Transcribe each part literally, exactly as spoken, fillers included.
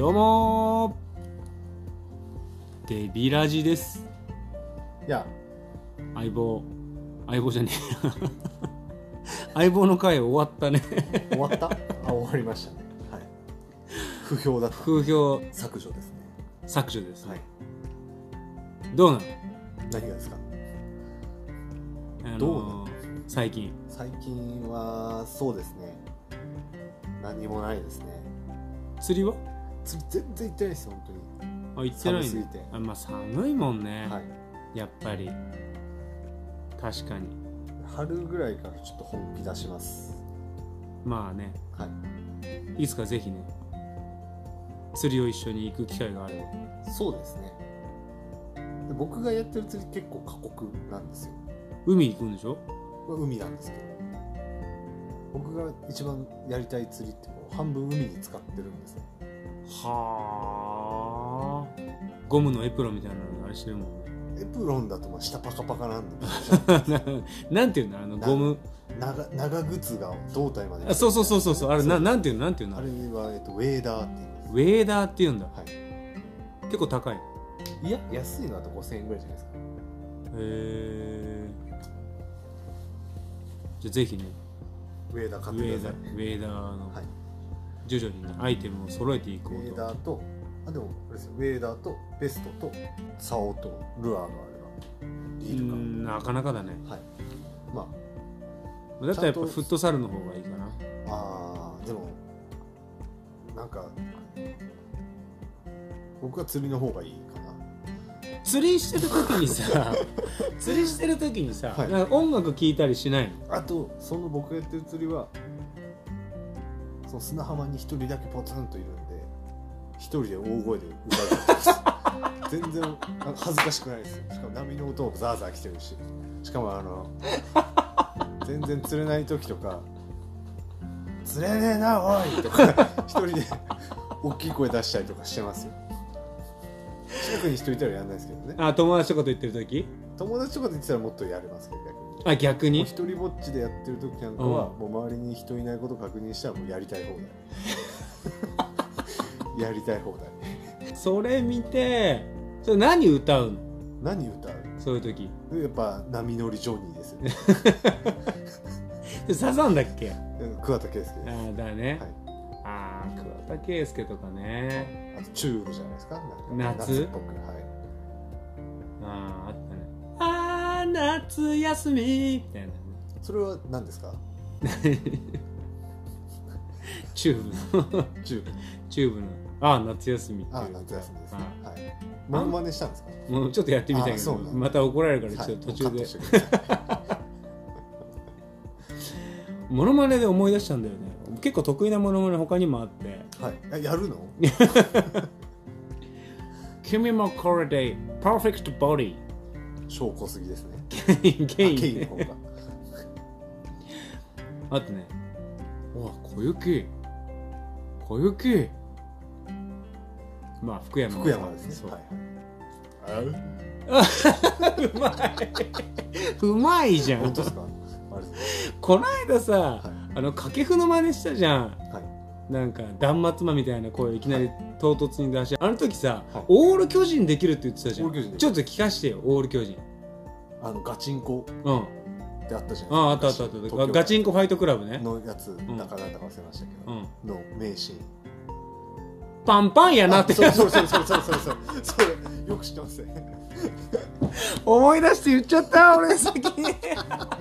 どうもデビラジです。 いや相棒相棒じゃねえ相棒の回終わったね終わったあ終わりましたね。はい。不評だった。 不評削除ですね。 削除ですね、 はい。 どうなの何がですか。 あのー、 どうなの最近最近はそうですね、何もないですね。 釣りは釣り全然行ってないです本当に。 あ行ってない寒すぎて。 あ、まあ寒いもんね、 はい。 やっぱり確かに春ぐらいからちょっと本気出します。 まあね、 はい。 いつかぜひね釣りを一緒に行く機会があれば。 そうですね。で僕がやってる釣り結構過酷なんですよ。 海行くんでしょ。 まあ海なんですけど、僕が一番やりたい釣りってこう半分海に使ってるんですね。 はあ、ゴムのエプロンみたいなのあれしてるもんね。 エプロンだとまあ下パカパカなんでなんていうのあのゴム長, 長靴が胴体まで。 あそうそうそうそうそうあれななんていうのなんていうのあれは、えっと、ウェーダーって言うんです。 ウェーダーっていうんだ。 はい。 結構高い。 いや安いのだとごせんえんぐらいじゃないですか。 へえ。じゃあぜひねウェーダー買ウェーダってください。 ーウェーダーのはい、 徐々にねアイテムを揃えていこうと。 ウェーダーとあでもあれですよ、ウェーダーとベストと竿とルアーがあればリールか。 うんなかなかだね。 はい。まだったらやっぱフットサルの方がいいかな。 ああーでもなんか僕は釣りの方がいいかな。 釣りしてる時にさ釣りしてる時にさ、はい、なんか音楽聴いたりしないの？ あとその僕がやってる釣りはその砂浜に一人だけポツンといるんで一人で大声で歌うます全然恥ずかしくないですよ。しかも波の音もザーザー来てるし、しかもあの全然釣れない時とか釣れねえなおいとか一人で大きい声出したりとかしてますよ。近くに人いたらやんないですけどね。 あ友達とかと言ってる時友達とかと言ってたらもっとやれますけど逆に。 あ逆に一人ぼっちでやってる時なんかは、うん、もう周りに人いないことを確認したらもうやりたい放題やりたい放題それ見てそれ何歌うの？ 何歌うそういう時やっぱ波乗りジョニーですよねサザンだっけ？ 桑田佳祐です。 ああだね、はい、ああ桑田佳祐とかね。 あとチューブじゃないですか。 なんか夏夏っぽく。はい。 あああったね。ああ夏休みみたいな、ね、 それは何ですか？ チューブのチューブチューブのああ夏休みっていう。 ああ夏休みですね。はい。モノマネしたんですか？ もうちょっとやってみたいけどまた怒られるからちょっと途中で、はい、モノマネで思い出したんだよね。結構得意なモノマネ他にもあって、 はい、やるの？ 君もこれでパーフェクトボディ証拠すぎですね。 ゲインの方があとね、お小雪小雪まあ福山福山ですね。はいうまいうまいじゃん。 本当ですか？あれこの間さ、はい、あの掛布の真似したじゃん、はい、なんか断末魔みたいな声いきなり唐突に出して、はい、あの時さ、はい、オール巨人できるって言ってたじゃん。ちょっと聞かしてよオール巨人。あのガチンコうんってあったじゃないですか。 ああったあったあったガチンコファイトクラブねのやつ、うん、なんかなんだか忘れましたけど、うん、の名シーンパンパンやなって。 そうそうそうそうそうそうそうそれよく知ってますね。 思い出して言っちゃった俺先にあ先に言っちゃ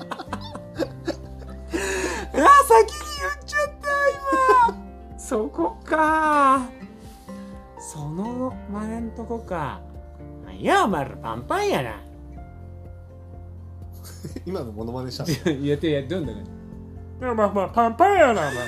った今そこかその前んとこか。いやお前らパンパンやな今のモノマネしたのやってやってんだね。いやまあまあパンパンやなお前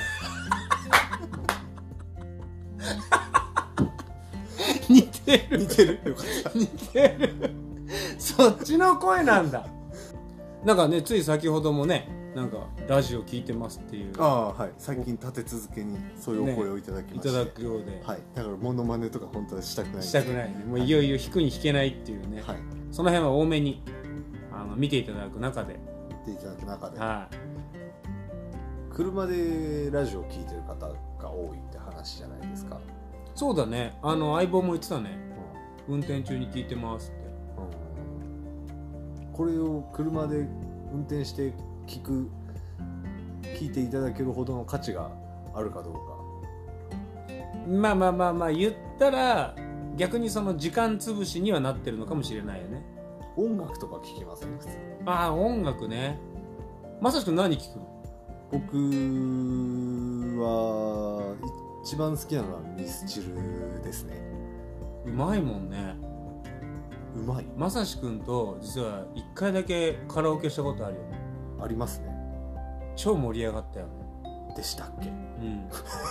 似てる似てるよかった似てるそっちの声なんだ。なんかねつい先ほどもねなんかラジオ聞いてますっていう。 ああはい最近立て続けにそういうお声をいただきまして、 ね、いただくようで、 はい、だからモノマネとか本当はしたくないしたくないね。もういよいよ弾くに弾けないっていうね、はい、その辺は多めにあの見ていただく中で見ていただく中で、 はい、 車でラジオ聞いてる方が多いって話じゃないですか。 そうだね、あの相棒も言ってたね、うん、運転中に聞いてますって、 うん、これを車で運転して聞く聞いていただけるほどの価値があるかどうか。 まあまあまあまあ言ったら逆にその時間潰しにはなってるのかもしれないよね。 音楽とか聴きません？普通。 ああ、音楽ね。まさしくん何聴くの？ 僕は一番好きなのはミスチルですね。 うまいもんね。 うまい。 まさしくんと実は一回だけカラオケしたことあるよね。 ありますね。 超盛り上がったよね。 でしたっけ？うん。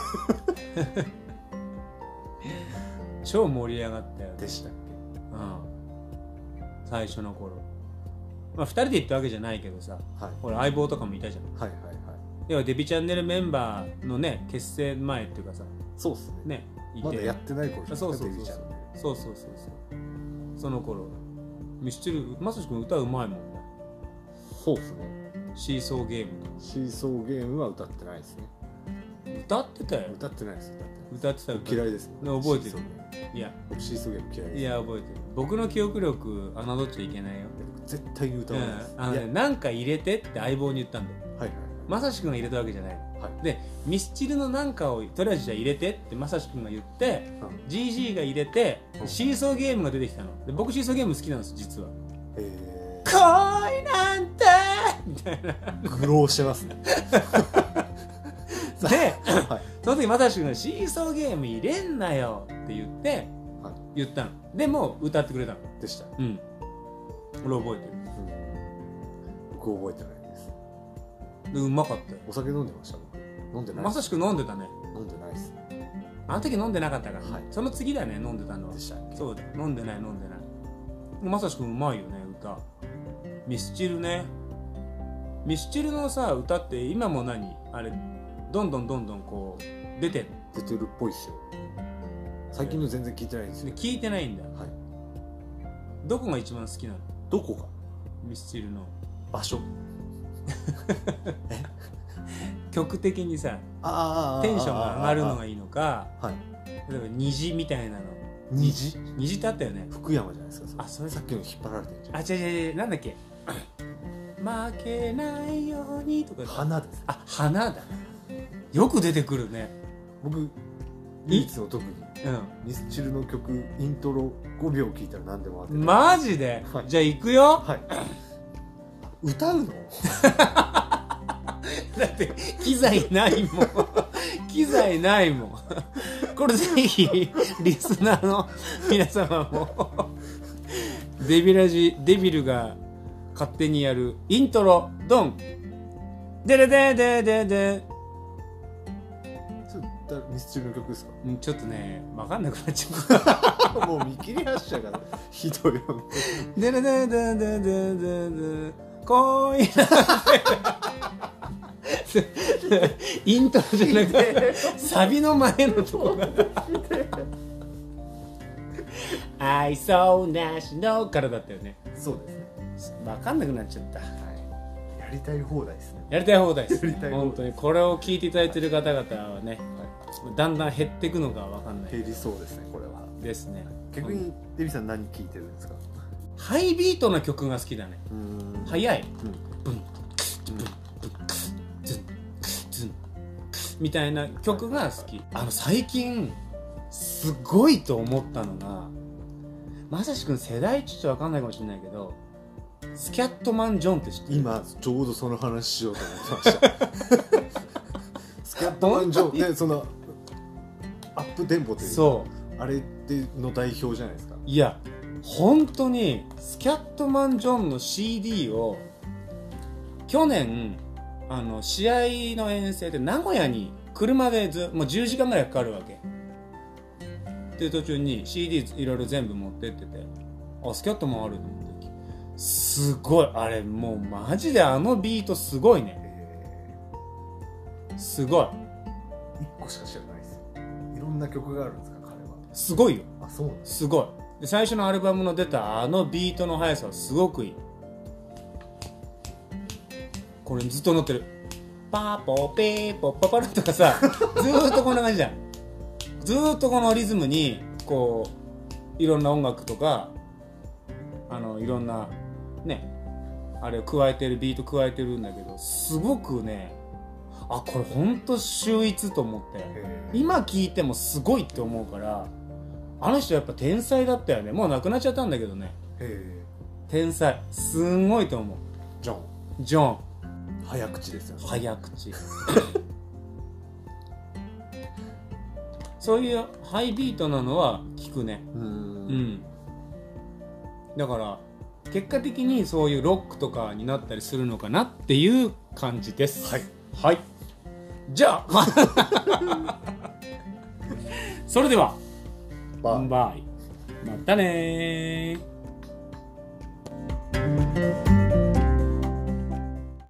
超盛り上がったよね。 でしたっけ？ うん。最初の頃。まあふたりで行ったわけじゃないけどさ、はい、ほら相棒とかもいたじゃん。はいはいはい。要はデビチャンネルメンバーのね結成前っていうかさ。 そうっすね。ねいてまだやってない頃じゃん。 そうそうそうそう。そうそうそうそう。その頃ミスチルまさしくん歌うまいもんね。 そうっすね。 シーソーゲームとか。 シーソーゲームは歌ってないですね。 歌ってたよ。 歌ってないです。 歌ってたよ。 嫌いです。 覚えてる。いや、 僕シーソーゲーム嫌いです。 いや覚えてる。僕の記憶力侮っちゃいけないよ。 絶対に歌わないです。 うん、あのね、なんか入れてって相棒に言ったんだよ。はいはい。まさしくんが入れたわけじゃない。はい。で、ミスチルのなんかをとりあえずじゃあ入れてってまさしくんが言って、うん、ジージー が入れて、うん、シーソーゲームが出てきたの。で、僕シーソーゲーム好きなんです実は。へえ。恋なんてみたいな。 グローしてますね。 で、はい、その時まさしくんがシーソーゲーム入れんなよって言って、はい、言ったの。でも歌ってくれたの。 でした。 うん。俺覚えてる。 うん、僕覚えてないです。 でうまかったよ。 お酒飲んでました僕。飲んでない。 まさしく飲んでたね。 飲んでないです。 あの時飲んでなかったから、はい、その次だね飲んでたのは。でしたっけ？そうだ。飲んでない飲んでない。まさしくんうまいよね歌。ミスチルね。ミスチルのさ歌って今も何あれどんどんどんどんこう出てる出てるっぽいっすよ。最近の全然聞いてないんですよ。 聞いてないんだ。はい。どこが一番好きなの？ どこが？ ミスチルの場所。 曲的にさテンションが上がるのがいいのか、はい、例えば虹みたいなの。 虹？ 虹ってあったよね。 福山じゃないですか。 あ、それさっきの引っ張られてるじゃん。 あ、違う違う違う、なんだっけ。負けないようにとか。 花です。 あ、花だ。よく出てくるね。 僕唯一の特に、うん、ミスチルの曲イントロごびょう聴いたら何でも当てる。 マジで、はい、じゃあ行くよ。はい。 歌うの？ だって機材ないもん。機材ないもん。これぜひリスナーの皆様もデビラジデビルが勝手にやるイントロドンデレデデデデ。 ミスチルの曲ですか？ うん、ちょっとね分かんなくなっちゃう。もう見切り発車がひどいよね。 デレデデデデデデ恋なんてイントロじゃなくてサビの前のとこが愛想なしのからだったよね。 そうですね。 分かんなくなっちゃった、はい、 やりたい放題ですね。 やりたい放題です。本当にこれを聞いていただいている方々はね、はい、だんだん減っていくのか分かんない。 減りそうですねこれは。 ですね。 逆にデビさん何聴いてるんですか？ ハイビートな曲が好きだね。速い、うん、ブンブンブンズンズンみたいな曲が好き。あの最近すごいと思ったのが、まさしくん世代ちょっと分かんないかもしれないけど、スキャットマン・ジョンって知ってる？今ちょうどその話しようと思ってました。スキャットマン・ジョンね、そのアップテンポというか、そうあれっての代表じゃないですか。 いや本当にスキャットマン・ジョンの シーディー を去年あの試合の遠征で名古屋に車でずもうじゅうじかんぐらいかかるわけで、途中に シーディー いろいろ全部持ってってて、あスキャットマンあると思って、すごいあれもうマジであのビートすごいね。すごい。 いっこしか知らないですよ。いろんな曲があるんですか彼は。 すごいよ。 あそうなんです。 すごい。で最初のアルバムの出たあのビートの速さはすごくいい。これずっと乗ってる。パーポーペーポーパパルとかさずーっとこんな感じじゃん。 ずーっとこのリズムにこういろんな音楽とかあのいろんなねあれを加えてるビート加えてるんだけど、すごくね、あこれほんと秀逸と思って、今聴いてもすごいって思うから、あの人やっぱ天才だったよね。もう亡くなっちゃったんだけどね。天才すんごいと思う。 ジョンジョン早口ですよね。 早口そういうハイビートなのは聞くね。うん、うん、だから結果的にそういうロックとかになったりするのかなっていう感じです。 はい、 はい、じゃあ、まあ、それではバイバイ、またねー。